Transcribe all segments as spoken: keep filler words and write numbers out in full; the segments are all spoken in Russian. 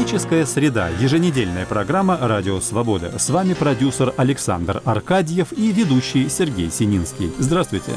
Экономическая среда. Еженедельная программа «Радио Свобода». С вами продюсер Александр Аркадьев и ведущий Сергей Сининский. Здравствуйте.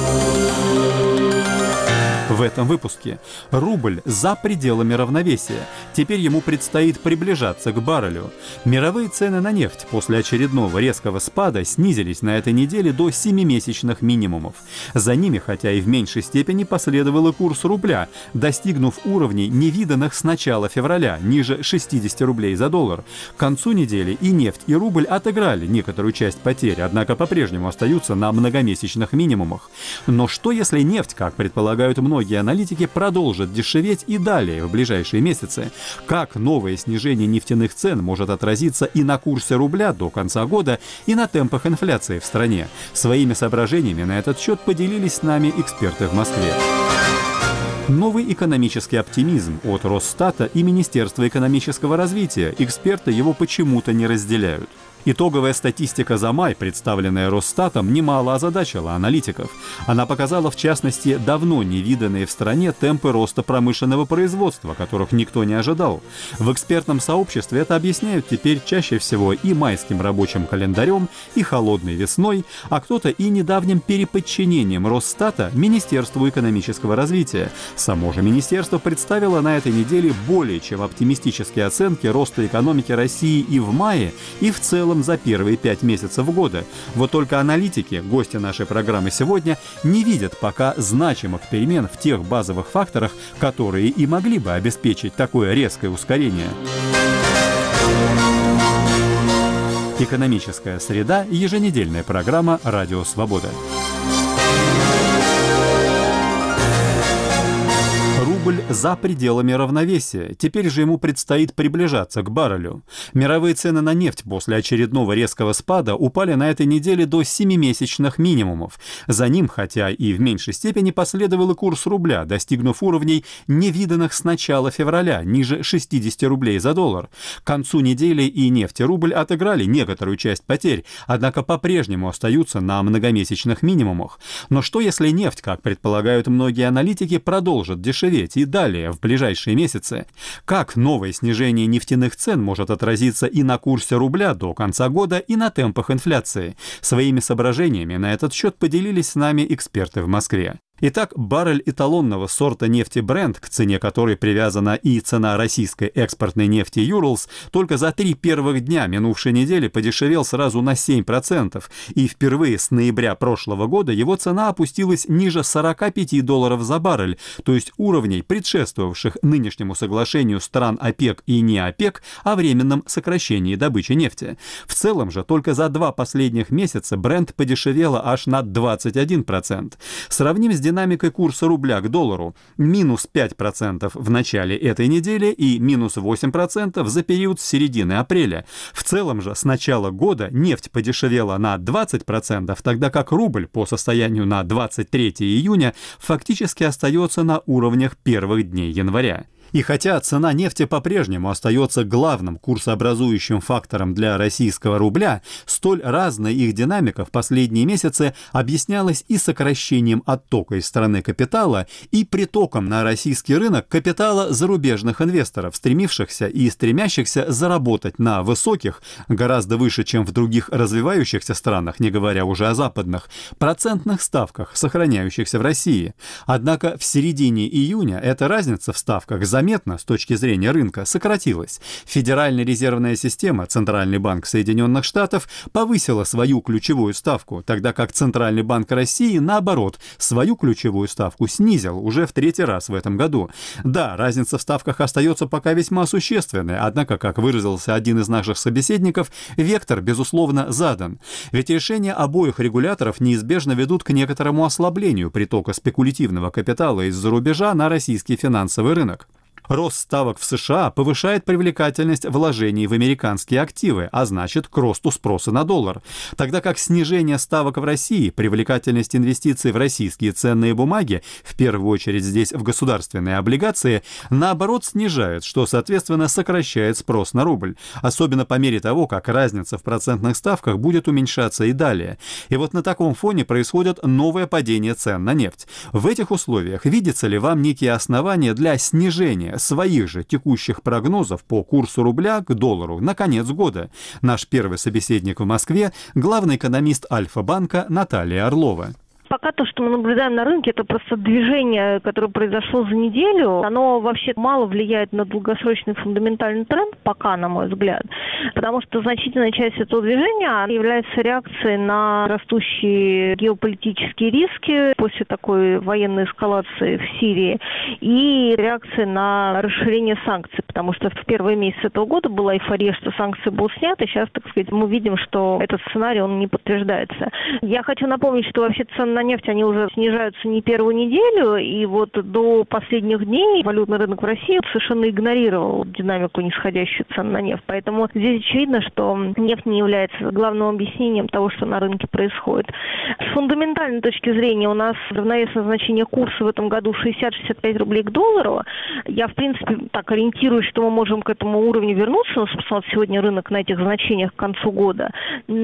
В этом выпуске рубль за пределами равновесия. Теперь ему предстоит приближаться к баррелю. Мировые цены на нефть после очередного резкого спада снизились на этой неделе до семимесячных минимумов. За ними, хотя и в меньшей степени, последовал и курс рубля, достигнув уровней, невиданных с начала февраля, ниже шестидесяти рублей за доллар. К концу недели и нефть, и рубль отыграли некоторую часть потерь, однако по-прежнему остаются на многомесячных минимумах. Но что если нефть, как предполагают многие аналитики, продолжат дешеветь и далее в ближайшие месяцы? Как новое снижение нефтяных цен может отразиться и на курсе рубля до конца года, и на темпах инфляции в стране? Своими соображениями на этот счет поделились с нами эксперты в Москве. Новый экономический оптимизм от Росстата и Министерства экономического развития. Эксперты его почему-то не разделяют. Итоговая статистика за май, представленная Росстатом, немало озадачила аналитиков. Она показала, в частности, давно невиданные в стране темпы роста промышленного производства, которых никто не ожидал. В экспертном сообществе это объясняют теперь чаще всего и майским рабочим календарем, и холодной весной, а кто-то и недавним переподчинением Росстата Министерству экономического развития. Само же министерство представило на этой неделе более чем оптимистические оценки роста экономики России и в мае, и в целом за первые пять месяцев года. Вот только аналитики, гости нашей программы сегодня, не видят пока значимых перемен в тех базовых факторах, которые и могли бы обеспечить такое резкое ускорение. Экономическая среда. Еженедельная программа «Радио Свобода». Рубль за пределами равновесия. Теперь же ему предстоит приближаться к баррелю. Мировые цены на нефть после очередного резкого спада упали на этой неделе до семимесячных минимумов. За ним, хотя и в меньшей степени, последовал и курс рубля, достигнув уровней, невиданных с начала февраля, ниже шестидесяти рублей за доллар. К концу недели и нефть, и рубль отыграли некоторую часть потерь, однако по-прежнему остаются на многомесячных минимумах. Но что если нефть, как предполагают многие аналитики, продолжит дешеветь и далее в ближайшие месяцы? Как новое снижение нефтяных цен может отразиться и на курсе рубля до конца года, и на темпах инфляции? Своими соображениями на этот счет поделились с нами эксперты в Москве. Итак, баррель эталонного сорта нефти Brent, к цене которой привязана и цена российской экспортной нефти Urals, только за три первых дня минувшей недели подешевел сразу на семь процентов, и впервые с ноября прошлого года его цена опустилась ниже сорока пяти долларов за баррель, то есть уровней, предшествовавших нынешнему соглашению стран ОПЕК и не ОПЕК о временном сокращении добычи нефти. В целом же только за два последних месяца Brent подешевела аж на двадцать один процент. Сравним с динамикой курса рубля к доллару: минус пять процентов в начале этой недели и минус восемь процентов за период с середины апреля. В целом же с начала года нефть подешевела на двадцать процентов, тогда как рубль по состоянию на двадцать третье июня фактически остается на уровнях первых дней января. И хотя цена нефти по-прежнему остается главным курсообразующим фактором для российского рубля, столь разная их динамика в последние месяцы объяснялась и сокращением оттока из страны капитала, и притоком на российский рынок капитала зарубежных инвесторов, стремившихся и стремящихся заработать на высоких, гораздо выше, чем в других развивающихся странах, не говоря уже о западных, процентных ставках, сохраняющихся в России. Однако в середине июня эта разница в ставках заметно заметно с точки зрения рынка сократилась. Федеральная резервная система, Центральный банк Соединенных Штатов, повысила свою ключевую ставку, тогда как Центральный банк России, наоборот, свою ключевую ставку снизил уже в третий раз в этом году. Да, разница в ставках остается пока весьма существенной, однако, как выразился один из наших собеседников, вектор, безусловно, задан. Ведь решения обоих регуляторов неизбежно ведут к некоторому ослаблению притока спекулятивного капитала из-за рубежа на российский финансовый рынок. Рост ставок в США повышает привлекательность вложений в американские активы, а значит, к росту спроса на доллар. Тогда как снижение ставок в России, привлекательность инвестиций в российские ценные бумаги, в первую очередь здесь в государственные облигации, наоборот снижает, что, соответственно, сокращает спрос на рубль. Особенно по мере того, как разница в процентных ставках будет уменьшаться и далее. И вот на таком фоне происходит новое падение цен на нефть. В этих условиях видится ли вам некие основания для снижения ожидания своих же текущих прогнозов по курсу рубля к доллару на конец года. Наш первый собеседник в Москве – главный экономист Альфа-банка Наталья Орлова. Пока то, что мы наблюдаем на рынке, это просто движение, которое произошло за неделю. Оно вообще мало влияет на долгосрочный фундаментальный тренд, пока, на мой взгляд. Потому что значительная часть этого движения является реакцией на растущие геополитические риски после такой военной эскалации в Сирии и реакцией на расширение санкций. Потому что в первые месяцы этого года была эйфория, что санкции будут сняты. Сейчас, так сказать, мы видим, что этот сценарий, он не подтверждается. Я хочу напомнить, что вообще цены на нефть, они уже снижаются не первую неделю, и вот до последних дней валютный рынок в России совершенно игнорировал динамику нисходящих цен на нефть. Поэтому здесь очевидно, что нефть не является главным объяснением того, что на рынке происходит. С фундаментальной точки зрения у нас равновесное значение курса в этом году шестьдесят - шестьдесят пять рублей к доллару. Я, в принципе, так ориентируюсь, что мы можем к этому уровню вернуться. Ну, собственно, сегодня рынок на этих значениях к концу года.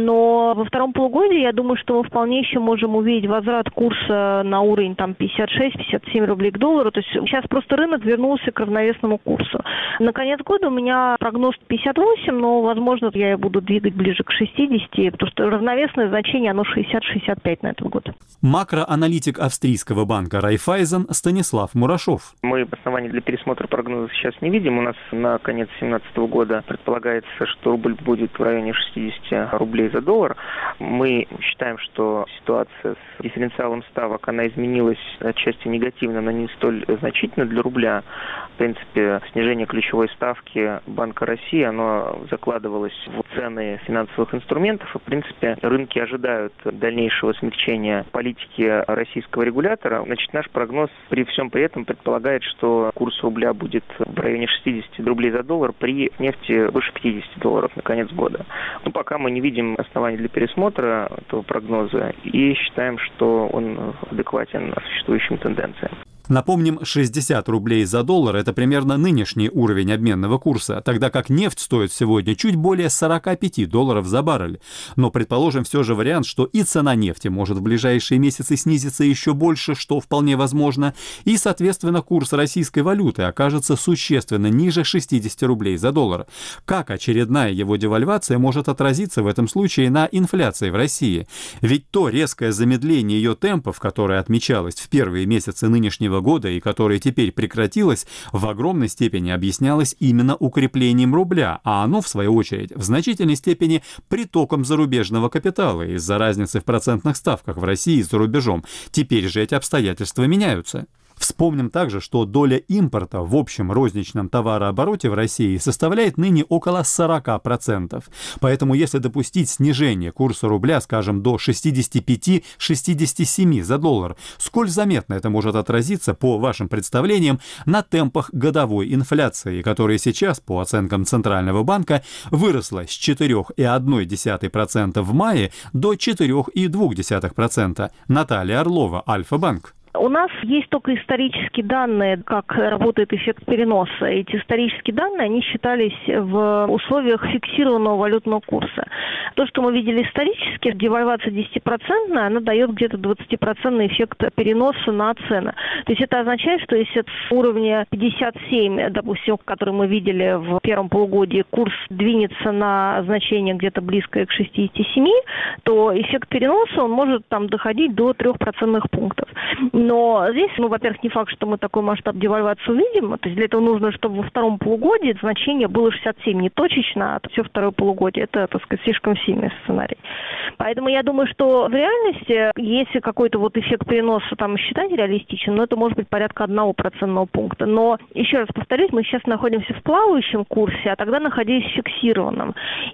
Но во втором полугодии, я думаю, что мы вполне еще можем увидеть возврат курса на уровень там пятьдесят шесть - пятьдесят семь рублей к доллару. То есть сейчас просто рынок вернулся к равновесному курсу. На конец года у меня прогноз пятьдесят восемь, но, возможно, я буду двигать ближе к шестидесяти, потому что равновесное значение, оно шестьдесят - шестьдесят пять на этот год. Макроаналитик австрийского банка Райффайзен Станислав Мурашов. Мы оснований для пересмотра прогноза сейчас не видим. У нас на конец две тысячи семнадцатого года предполагается, что рубль будет в районе шестидесяти рублей за доллар. Мы считаем, что ситуация с дифференциалом ставок, она изменилась отчасти негативно, но не столь значительно для рубля. В принципе, снижение ключевой ставки Банка России, оно закладывалось в цены финансовых инструментов. И, в принципе, рынки ожидают дальнейшего смягчения политики российского регулятора. Значит, наш прогноз при всем при этом предполагает, что курс рубля будет в районе шестидесяти рублей за доллар при нефти выше пятидесяти долларов на конец года. Но пока мы не видим оснований для пересмотра этого прогноза и считаем, что он адекватен существующим тенденциям. Напомним, шестьдесят рублей за доллар – это примерно нынешний уровень обменного курса, тогда как нефть стоит сегодня чуть более сорока пяти долларов за баррель. Но предположим все же вариант, что и цена нефти может в ближайшие месяцы снизиться еще больше, что вполне возможно, и, соответственно, курс российской валюты окажется существенно ниже шестидесяти рублей за доллар. Как очередная его девальвация может отразиться в этом случае на инфляции в России? Ведь то резкое замедление ее темпов, которое отмечалось в первые месяцы нынешнего года и которое теперь прекратилось, в огромной степени объяснялось именно укреплением рубля, а оно, в свою очередь, в значительной степени притоком зарубежного капитала из-за разницы в процентных ставках в России и за рубежом. Теперь же эти обстоятельства меняются. Вспомним также, что доля импорта в общем розничном товарообороте в России составляет ныне около сорока процентов. Поэтому если допустить снижение курса рубля, скажем, до шестидесяти пяти — шестидесяти семи за доллар, сколь заметно это может отразиться, по вашим представлениям, на темпах годовой инфляции, которая сейчас, по оценкам Центрального банка, выросла с четырёх целых одной десятой процента в мае до четырёх целых двух десятых процента. Наталья Орлова, Альфа-банк. У нас есть только исторические данные, как работает эффект переноса. Эти исторические данные, они считались в условиях фиксированного валютного курса. То, что мы видели исторически, девальвация десятипроцентная, она дает где-то двадцатипроцентный эффект переноса на цены. То есть это означает, что если с уровня пятьдесят семь, допустим, который мы видели в первом полугодии, курс двинется на значение где-то близкое к шестидесяти семи, то эффект переноса, он может там доходить до трёх процентных пунктов. Но здесь, ну, во-первых, не факт, что мы такой масштаб девальвации увидим. То есть для этого нужно, чтобы во втором полугодии значение было шестьдесят семь, не точечно, а все второе полугодие. Это, так сказать, слишком сильный сценарий. Поэтому я думаю, что в реальности, если какой-то вот эффект переноса там считать реалистичен, ну, это может быть порядка одного процентного пункта. Но, еще раз повторюсь, мы сейчас находимся в плавающем курсе, а тогда находились в фиксированном.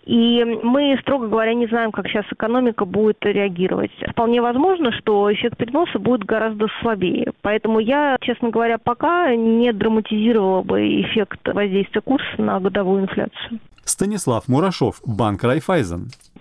И мы, строго говоря, не знаем, как сейчас экономика будет реагировать. Вполне возможно, что эффект переноса будет гораздо слабее. Поэтому я, честно говоря, пока не драматизировала бы эффект воздействия курса на годовую инфляцию. Станислав Мурашов, банк Райффайзен.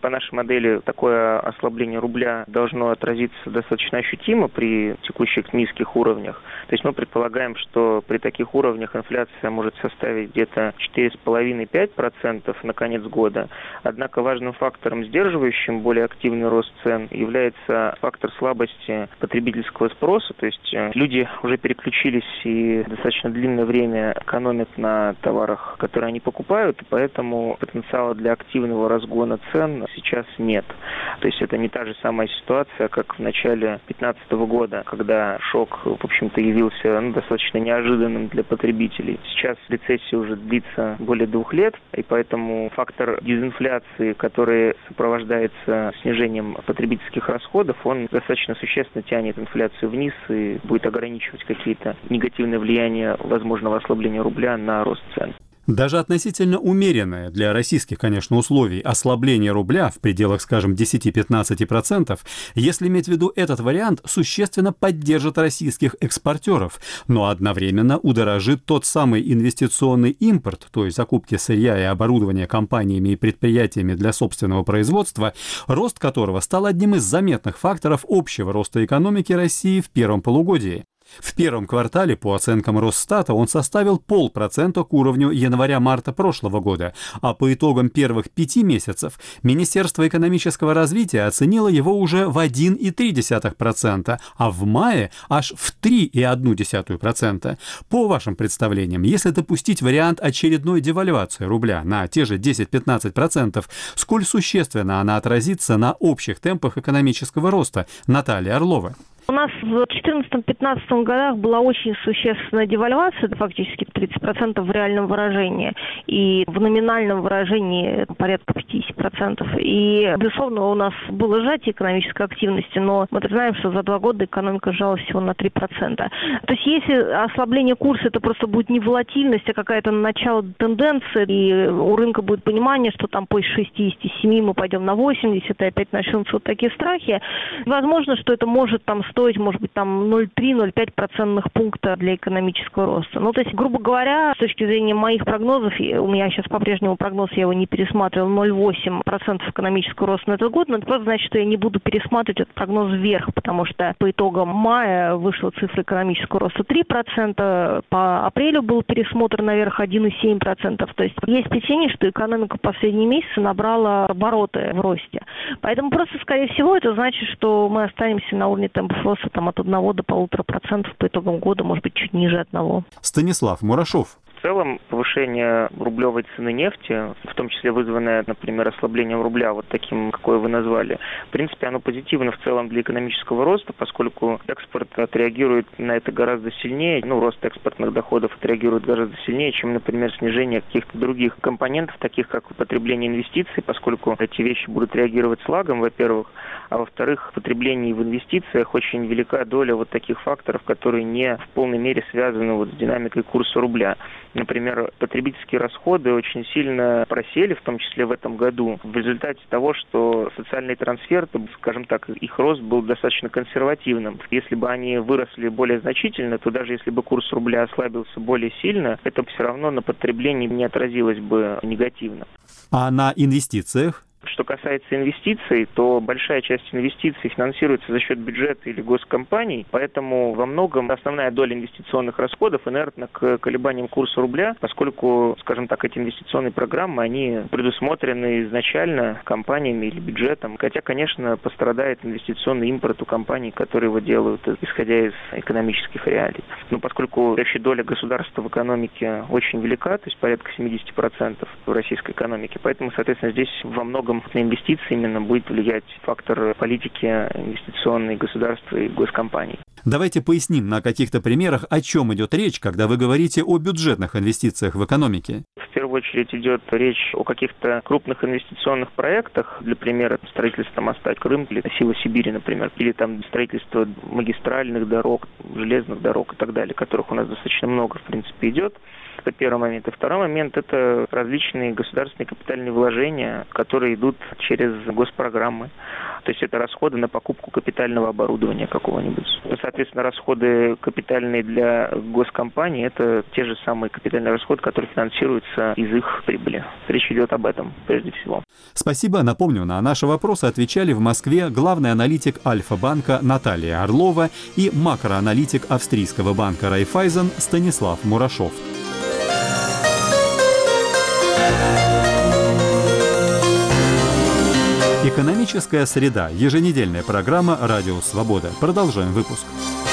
По нашей модели такое ослабление рубля должно отразиться достаточно ощутимо при текущих низких уровнях. То есть мы предполагаем, что при таких уровнях инфляция может составить где-то четыре с половиной — пять процентов на конец года. Однако важным фактором, сдерживающим более активный рост цен, является фактор слабости потребительского спроса. То есть люди уже переключились и достаточно длинное время экономят на товарах, которые они покупают, и поэтому потенциала для активного разгона цен сейчас нет. То есть это не та же самая ситуация, как в начале две тысячи пятнадцатого года, когда шок, в общем-то, явился ну, достаточно неожиданным для потребителей. Сейчас рецессия уже длится более двух лет, и поэтому фактор дезинфляции, который сопровождается снижением потребительских расходов, он достаточно существенно тянет инфляцию вниз и будет ограничивать какие-то негативные влияния возможного ослабления рубля на рост цен. Даже относительно умеренное для российских, конечно, условий ослабление рубля в пределах, скажем, десять-пятнадцать процентов, если иметь в виду этот вариант, существенно поддержит российских экспортеров, но одновременно удорожит тот самый инвестиционный импорт, то есть закупки сырья и оборудования компаниями и предприятиями для собственного производства, рост которого стал одним из заметных факторов общего роста экономики России в первом полугодии. В первом квартале, по оценкам Росстата, он составил полпроцента к уровню января-марта прошлого года, а по итогам первых пяти месяцев Министерство экономического развития оценило его уже в один и три десятых процента, а в мае аж в три и одну десятую процента. По вашим представлениям, если допустить вариант очередной девальвации рубля на те же десять-пятнадцать процентов, сколь существенно она отразится на общих темпах экономического роста? Наталья Орлова. У нас в четырнадцатом-пятнадцатом годах была очень существенная девальвация, это фактически тридцать процентов в реальном выражении, и в номинальном выражении порядка пятьдесят процентов. И, безусловно, у нас было сжатие экономической активности, но мы знаем, что за два года экономика сжалась всего на три процента. То есть если ослабление курса, это просто будет не волатильность, а какая-то начало тенденции, и у рынка будет понимание, что там по шестидесяти семи мы пойдем на восемьдесят, и опять начнутся вот такие страхи, возможно, что это может там стоить, может быть, там ноль целых три - ноль целых пять процентных пункта для экономического роста. Ну, то есть, грубо говоря, с точки зрения моих прогнозов, у меня сейчас по-прежнему прогноз, я его не пересматривал, ноль целых восемь десятых процента экономического роста на этот год, но это просто значит, что я не буду пересматривать этот прогноз вверх, потому что по итогам мая вышла цифра экономического роста три процента, по апрелю был пересмотр наверх один целых семь десятых процента. То есть, есть впечатление, что экономика в последние месяцы набрала обороты в росте. Поэтому просто, скорее всего, это значит, что мы останемся на уровне темпов роста там, от одного до полутора процентов по итогам года, может быть, чуть ниже одного. Станислав Мурашов. В целом, повышение рублевой цены нефти, в том числе вызванное, например, ослаблением рубля, вот таким, какое вы назвали, в принципе, оно позитивно в целом для экономического роста, поскольку экспорт отреагирует на это гораздо сильнее, ну, рост экспортных доходов отреагирует гораздо сильнее, чем, например, снижение каких-то других компонентов, таких как потребление инвестиций, поскольку эти вещи будут реагировать с лагом, во-первых, а во-вторых, в потреблении в инвестициях очень велика доля вот таких факторов, которые не в полной мере связаны вот с динамикой курса рубля. Например, потребительские расходы очень сильно просели, в том числе в этом году, в результате того, что социальные трансферты, скажем так, их рост был достаточно консервативным. Если бы они выросли более значительно, то даже если бы курс рубля ослабился более сильно, это все равно на потреблении не отразилось бы негативно. А на инвестициях? Что касается инвестиций, то большая часть инвестиций финансируется за счет бюджета или госкомпаний, поэтому во многом основная доля инвестиционных расходов инертна к колебаниям курса рубля, поскольку, скажем так, эти инвестиционные программы, они предусмотрены изначально компаниями или бюджетом, хотя, конечно, пострадает инвестиционный импорт у компаний, которые его делают, исходя из экономических реалий. Но поскольку общая доля государства в экономике очень велика, то есть порядка семьдесят процентов в российской экономике, поэтому, соответственно, здесь во многом на инвестиции именно будет влиять фактор политики инвестиционной государства и госкомпаний. Давайте поясним на каких-то примерах, о чем идет речь, когда вы говорите о бюджетных инвестициях в экономике. В первую очередь идет речь о каких-то крупных инвестиционных проектах, для примера, строительство моста Крым или Сила Сибири, например, или там строительство магистральных дорог, железных дорог и так далее, которых у нас достаточно много, в принципе, идет. Это первый момент. И второй момент – это различные государственные капитальные вложения, которые идут через госпрограммы. То есть это расходы на покупку капитального оборудования какого-нибудь. Соответственно, расходы капитальные для госкомпаний – это те же самые капитальные расходы, которые финансируются из из их прибыли. Речь идет об этом прежде всего. Спасибо. Напомню, на наши вопросы отвечали в Москве главный аналитик Альфа-банка Наталья Орлова и макроаналитик австрийского банка Райффайзен Станислав Мурашов. Экономическая среда. Еженедельная программа «Радио Свобода». Продолжаем выпуск.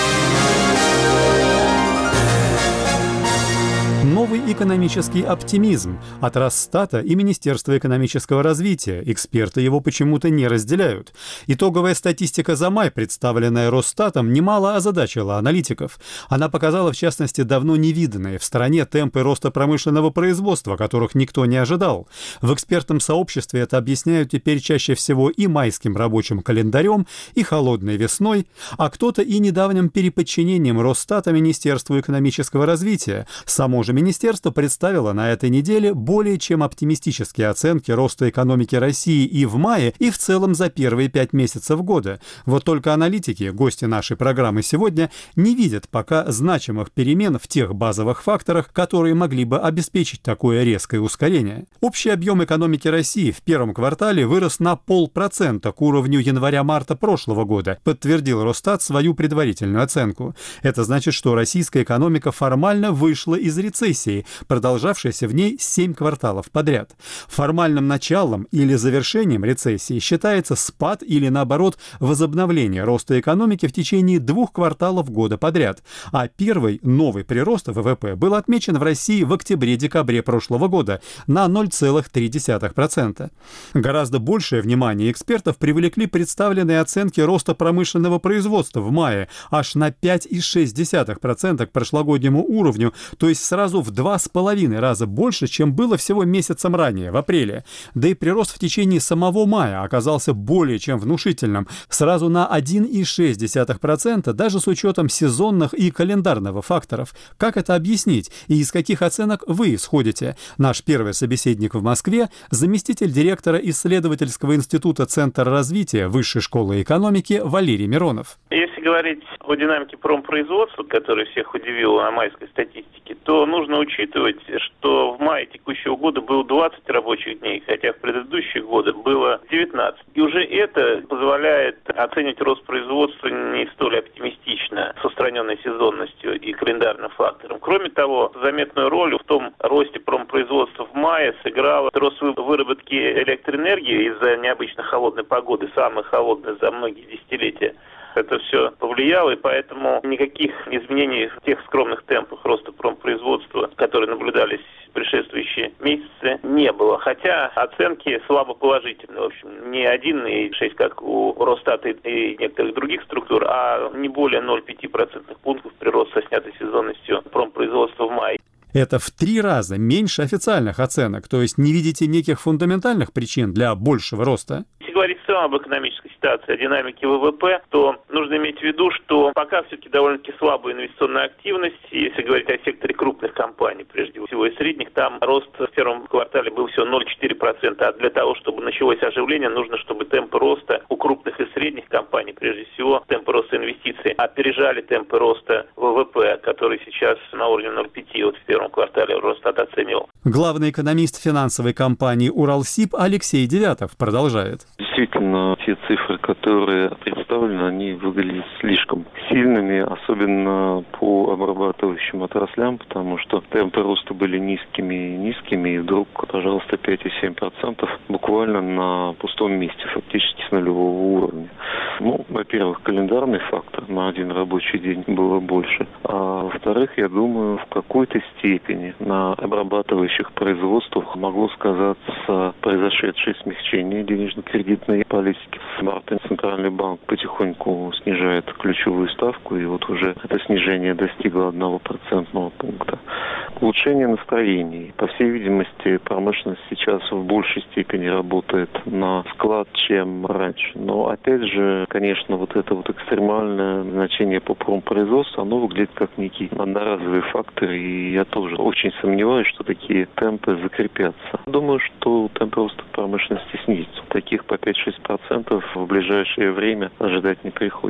Новый экономический оптимизм от Росстата и Министерства экономического развития. Эксперты его почему-то не разделяют. Итоговая статистика за май, представленная Росстатом, немало озадачила аналитиков. Она показала, в частности, давно невиданные в стране темпы роста промышленного производства, которых никто не ожидал. В экспертном сообществе это объясняют теперь чаще всего и майским рабочим календарем, и холодной весной, а кто-то и недавним переподчинением Росстата Министерству экономического развития. Само же министерство представило на этой неделе более чем оптимистические оценки роста экономики России и в мае, и в целом за первые пять месяцев года. Вот только аналитики, гости нашей программы сегодня, не видят пока значимых перемен в тех базовых факторах, которые могли бы обеспечить такое резкое ускорение. Общий объем экономики России в первом квартале вырос на полпроцента к уровню января-марта прошлого года, подтвердил Росстат свою предварительную оценку. Это значит, что российская экономика формально вышла из рецессии, продолжавшейся в ней семь кварталов подряд. Формальным началом или завершением рецессии считается спад или, наоборот, возобновление роста экономики в течение двух кварталов года подряд. А первый новый прирост ВВП был отмечен в России в октябре-декабре прошлого года на ноль целых три десятых процента. Гораздо большее внимание экспертов привлекли представленные оценки роста промышленного производства в мае аж на пять целых шесть десятых процента к прошлогоднему уровню, то есть сразу в два с половиной раза больше, чем было всего месяцем ранее, в апреле. Да и прирост в течение самого мая оказался более чем внушительным, сразу на один целых шесть десятых процента, даже с учетом сезонных и календарного факторов. Как это объяснить и из каких оценок вы исходите? Наш первый собеседник в Москве, заместитель директора исследовательского института Центр развития Высшей школы экономики Валерий Миронов. Если говорить о динамике промпроизводства, которая всех удивила на майской статистике, то нужно учитывать, что в мае текущего года было двадцать рабочих дней, хотя в предыдущие годы было девятнадцать. И уже это позволяет оценить рост производства не столь оптимистично, с устраненной сезонностью и календарным фактором. Кроме того, заметную роль в том росте промпроизводства в мае сыграл рост выработки электроэнергии из-за необычно холодной погоды, самой холодной за многие десятилетия. Это все повлияло, и поэтому никаких изменений в тех скромных темпах роста промпроизводства, которые наблюдались в предшествующие месяцы, не было. Хотя оценки слабо положительные. В общем, не один целых шесть, как у Росстата и некоторых других структур, а не более ноль целых пять процентных пунктов прирост со снятой сезонностью промпроизводства в мае. Это в три раза меньше официальных оценок, то есть не видите неких фундаментальных причин для большего роста? Если говорить в целом об экономической ситуации, о динамике ВВП, то нужно иметь в виду, что пока все-таки довольно-таки слабая инвестиционная активность. Если говорить о секторе крупных компаний, прежде всего и средних, там рост в первом квартале был всего ноль целых четыре десятых процента, а для того, чтобы началось оживление, нужно, чтобы темпы роста у крупных и средних компаний, прежде всего темпы роста инвестиций, опережали темпы роста ВВП, который сейчас на уровне ноль целых пять десятых, вот в первом квартале Росстат оценил. Главный экономист финансовой компании «Уралсиб» Алексей Девятов продолжает. Действительно, те цифры, которые представлены, они выглядят слишком сильными, особенно по обрабатывающим отраслям, потому что темпы роста были низкими и низкими, и вдруг, пожалуйста, пять целых семь десятых процента буквально на пустом месте, фактически с нулевого уровня. Ну, во-первых, календарный фактор на один рабочий день было больше, а во-вторых, я думаю, в какой-то степени на обрабатывающих производствах могло сказаться произошедшее смягчение денежно-кредитной политики. В марте Центральный банк потихоньку снижает ключевую ставку, и вот уже это снижение достигло одного процентного пункта. Улучшение настроений. По всей видимости, промышленность сейчас в большей степени работает на склад, чем раньше. Но опять же, конечно, вот это вот экстремальное значение по промпроизводству, оно выглядит как некий одноразовый фактор, и я тоже очень сомневаюсь, что такие темпы закрепятся. Думаю, что темп роста промышленности снизится. Таких по пять-шесть процентов в ближайшее время ожидать не приходится.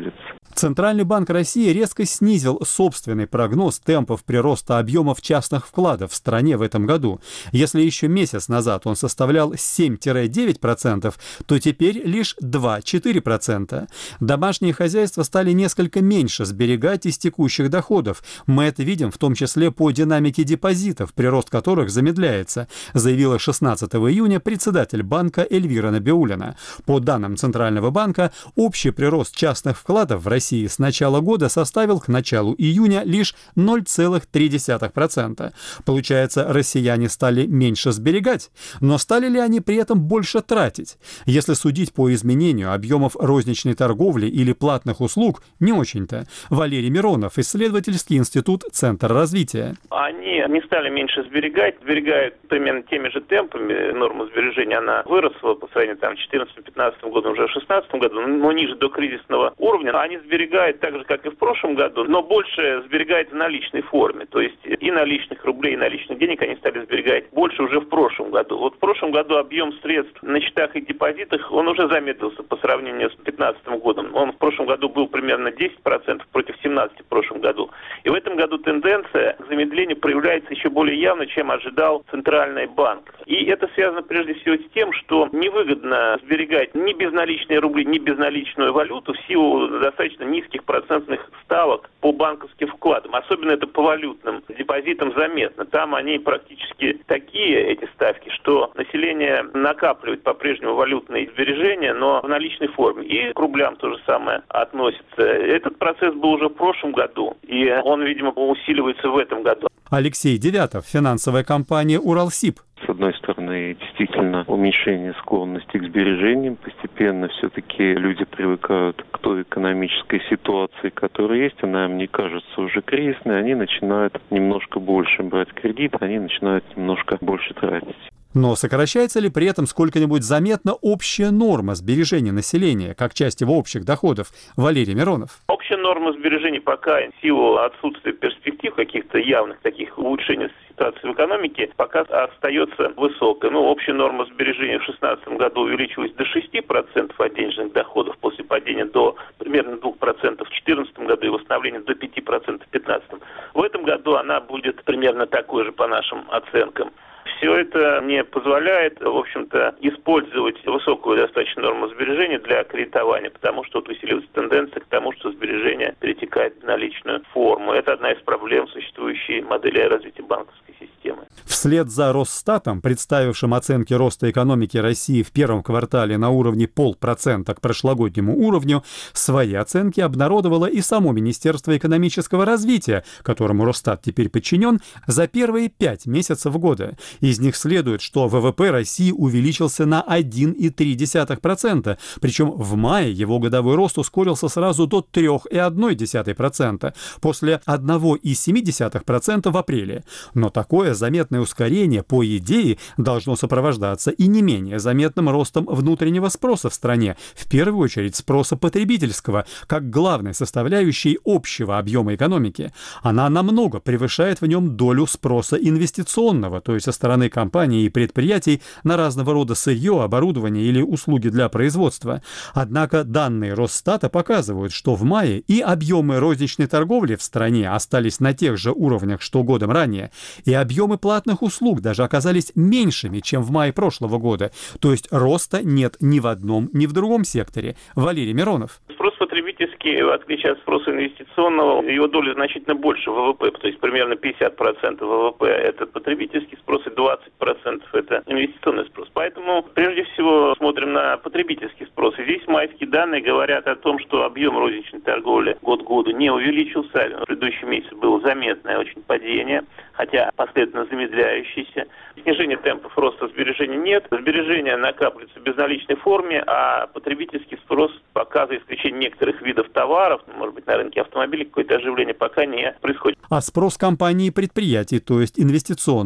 Центральный банк России резко снизил собственный прогноз темпов прироста объемов частных вкладов в стране в этом году. Если еще месяц назад он составлял семь-девять процентов, то теперь лишь два-четыре процента. Домашние хозяйства стали несколько меньше сберегать из текущих доходов. Мы это видим в том числе по динамике депозитов, прирост которых замедляется, заявила шестнадцатого июня председатель банка Эльвира Набиуллина. По данным Центрального банка, общий прирост частных вкладов в России с начала года составил к началу июня лишь ноль целых три десятых процента. Получается, россияне стали меньше сберегать, но стали ли они при этом больше тратить? Если судить по изменению объемов розничной торговли или платных услуг, не очень-то. Валерий Миронов, исследовательский институт «Центр развития». Они не стали меньше сберегать, сберегают примерно теми же темпами. Норма сбережения, она выросла по сравнению там, с две тысячи четырнадцатым-пятнадцатым годом, уже в две тысячи шестнадцатом году, но ниже до кризисного уровня. Они сберегают так же, как и в прошлом году, но больше сберегают в наличной форме. То есть и наличных рублей, и наличных денег они стали сберегать больше уже в прошлом году. Вот в прошлом году объем средств на счетах и депозитах, он уже замедлился по сравнению с две тысячи пятнадцатым годом. Он в прошлом году был примерно десять процентов против семнадцати процентов в прошлом году. И в этом году тенденция к замедлению проявляется еще более явно, чем ожидал Центральный банк. И это связано прежде всего с тем, что невыгодно сберегать ни безналичные рубли, ни безналичную валюту в силу достаточно низких процентных ставок по банковским вкладам. Особенно это по валютным депозитам заметно. Там они практически такие, эти ставки, что население накапливает по-прежнему валютные сбережения, но в наличной форме. И к рублям то же самое относится. Этот процесс был уже в прошлом году, и он, видимо, усиливается в этом году. Алексей Девятов, финансовая компания «Уралсиб». С одной стороны, действительно, уменьшение склонности к сбережениям. Постепенно все-таки люди привыкают к той экономической ситуации, которая есть. Она им не кажется уже кризисной. Они начинают немножко больше брать кредит, они начинают немножко больше тратить. Но сокращается ли при этом сколько-нибудь заметно общая норма сбережения населения, как часть его общих доходов? Валерий Миронов. Общая норма сбережений пока в силу отсутствия перспектив каких-то явных таких улучшений ситуации в экономике пока остается высокой. Ну, общая норма сбережений в две тысячи шестнадцатом году увеличилась до шести процентов от денежных доходов после падения до примерно двух процентов в две тысячи четырнадцатом году и восстановления до пяти процентов в две тысячи пятнадцатом. В этом году она будет примерно такой же по нашим оценкам. Все это не позволяет, в общем-то, использовать высокую достаточно норму сбережения для кредитования, потому что вот усиливается тенденция к тому, что сбережения перетекают в наличную форму. Это одна из проблем существующей модели развития банковской системы. Вслед за Росстатом, представившим оценки роста экономики России в первом квартале на уровне полпроцента к прошлогоднему уровню, свои оценки обнародовало и само Министерство экономического развития, которому Росстат теперь подчинен, за первые пять месяцев года. Из них следует, что ВВП России увеличился на один целых три десятых процента, причем в мае его годовой рост ускорился сразу до три целых одна десятая процента, после одна целых семь десятых процента в апреле. Но такое заметное ускорение, по идее, должно сопровождаться и не менее заметным ростом внутреннего спроса в стране, в первую очередь спроса потребительского, как главной составляющей общего объема экономики. Она намного превышает в нем долю спроса инвестиционного, то есть со стороны компаний и предприятий на разного рода сырье, оборудование или услуги для производства. Однако данные Росстата показывают, что в мае и объемы розничной торговли в стране остались на тех же уровнях, что годом ранее, и объемы платных услуг даже оказались меньшими, чем в мае прошлого года. То есть роста нет ни в одном, ни в другом секторе. Валерий Миронов. Спрос потребительский, в отличие от спроса инвестиционного, его доля значительно больше ВВП, то есть примерно пятьдесят процентов ВВП это потребительский спрос и двадцать процентов это инвестиционный спрос. Поэтому прежде всего смотрим на потребительский спрос. И здесь майские данные говорят о том, что объем розничной торговли год к году не увеличился. В предыдущем месяце было заметное очень падение, хотя последовательно замедляющееся. Снижения темпов роста сбережений нет. Сбережения накапливаются в безналичной форме, а потребительский спрос пока, за исключением некоторых видов товаров, может быть, на рынке автомобилей какое-то оживление пока не происходит. А спрос компаний и предприятий, то есть инвестиционный?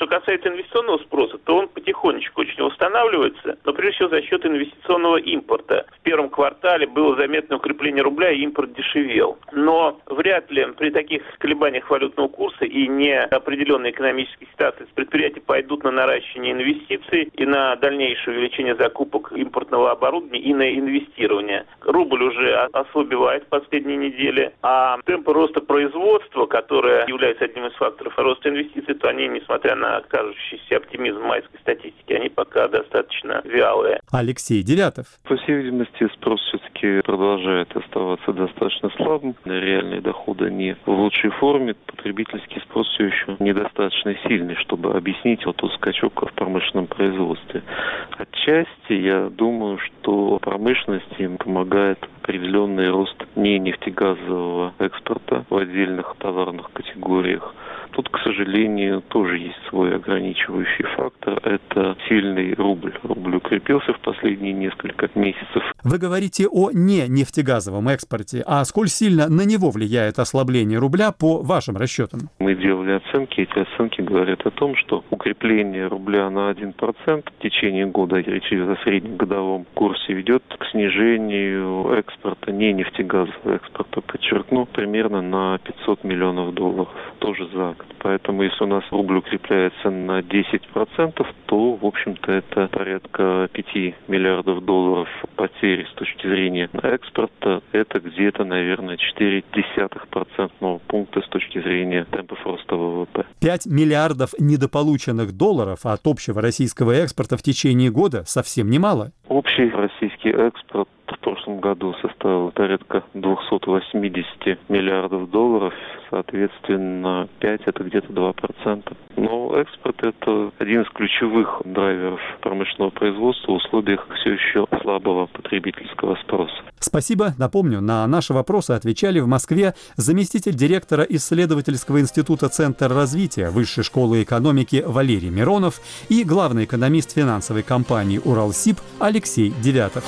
Что касается инвестиционного спроса, то он потихонечку очень восстанавливается, но прежде всего за счет инвестиционного импорта. В первом квартале было заметное укрепление рубля, и импорт дешевел. Но вряд ли при таких колебаниях валютного курса и неопределенной экономической ситуации предприятия пойдут на наращивание инвестиций и на дальнейшее увеличение закупок импортного оборудования и на инвестирование. Рубль уже ослабевает в последние недели, а темпы роста производства, которые являются одним из факторов роста инвестиций, то они, несмотря на кажущийся оптимизм майской статистики, они пока достаточно вялые. Алексей Девятов. По всей видимости, спрос все-таки продолжает оставаться достаточно слабым. Реальные доходы не в лучшей форме. Потребительский спрос все еще недостаточно сильный, чтобы объяснить вот тот скачок в промышленном производстве. Отчасти я думаю, что промышленности им помогает определенный рост не нефтегазового экспорта в отдельных товарных категориях. Тут, к сожалению, тоже есть свой ограничивающий фактор. Это сильный рубль. Рубль укрепился в последние несколько месяцев. Вы говорите о не нефтегазовом экспорте. А сколь сильно на него влияет ослабление рубля по вашим расчетам? Мы делали оценки. Эти оценки говорят о том, что укрепление рубля на один процент в течение года, речь идет о среднегодовом курсе, ведет к снижению экспорта, не нефтегазового экспорта, подчеркну, примерно на пятьсот миллионов долларов. Тоже за год. Поэтому, если у нас рубль укрепляется на десять процентов, то, в общем-то, это порядка пяти миллиардов долларов потери с точки зрения экспорта. Это где-то, наверное, четыре десятых процентного пункта с точки зрения темпов роста ВВП. пять миллиардов недополученных долларов от общего российского экспорта в течение года совсем немало. Общий российский экспорт в прошлом году составил порядка двести восемьдесят миллиардов долларов, соответственно, пять – это где-то два процента. Но экспорт – это один из ключевых драйверов промышленного производства в условиях все еще слабого потребительского спроса. Спасибо. Напомню, на наши вопросы отвечали в Москве заместитель директора исследовательского института «Центр развития» Высшей школы экономики Валерий Миронов и главный экономист финансовой компании «Уралсиб» Алексей Девятов.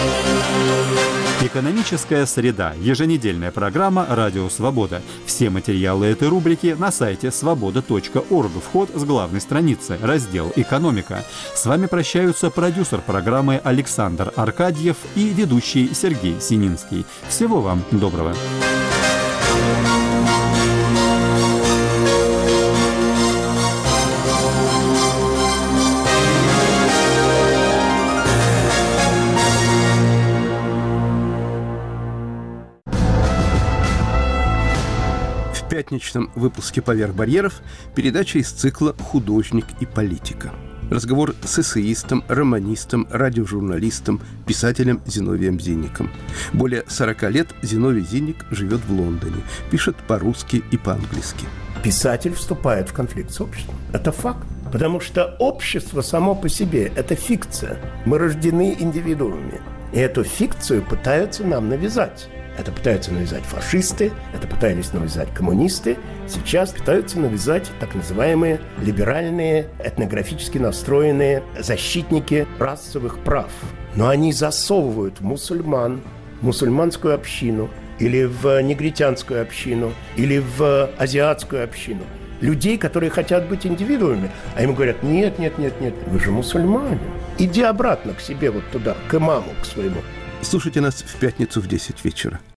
Экономическая среда. Еженедельная программа «Радио Свобода». Все материалы этой рубрики на сайте свобода точка орг. Вход с главной страницы. Раздел «Экономика». С вами прощаются продюсер программы Александр Аркадьев и ведущий Сергей Сининский. Всего вам доброго. В пятничном выпуске «Поверх барьеров» передача из цикла «Художник и политика». Разговор с эссеистом, романистом, радиожурналистом, писателем Зиновием Зинником. Более сорока лет Зиновий Зинник живет в Лондоне, пишет по-русски и по-английски. Писатель вступает в конфликт с обществом. Это факт. Потому что общество само по себе – это фикция. Мы рождены индивидуумами. И эту фикцию пытаются нам навязать. Это пытаются навязать фашисты, это пытались навязать коммунисты. Сейчас пытаются навязать так называемые либеральные, этнографически настроенные защитники расовых прав. Но они засовывают мусульман, в мусульманскую общину, или в негритянскую общину, или в азиатскую общину. Людей, которые хотят быть индивидуумами. А ему говорят, нет, нет, нет, нет, вы же мусульмане. Иди обратно к себе вот туда, к имаму, к своему. Слушайте нас в пятницу в десять вечера.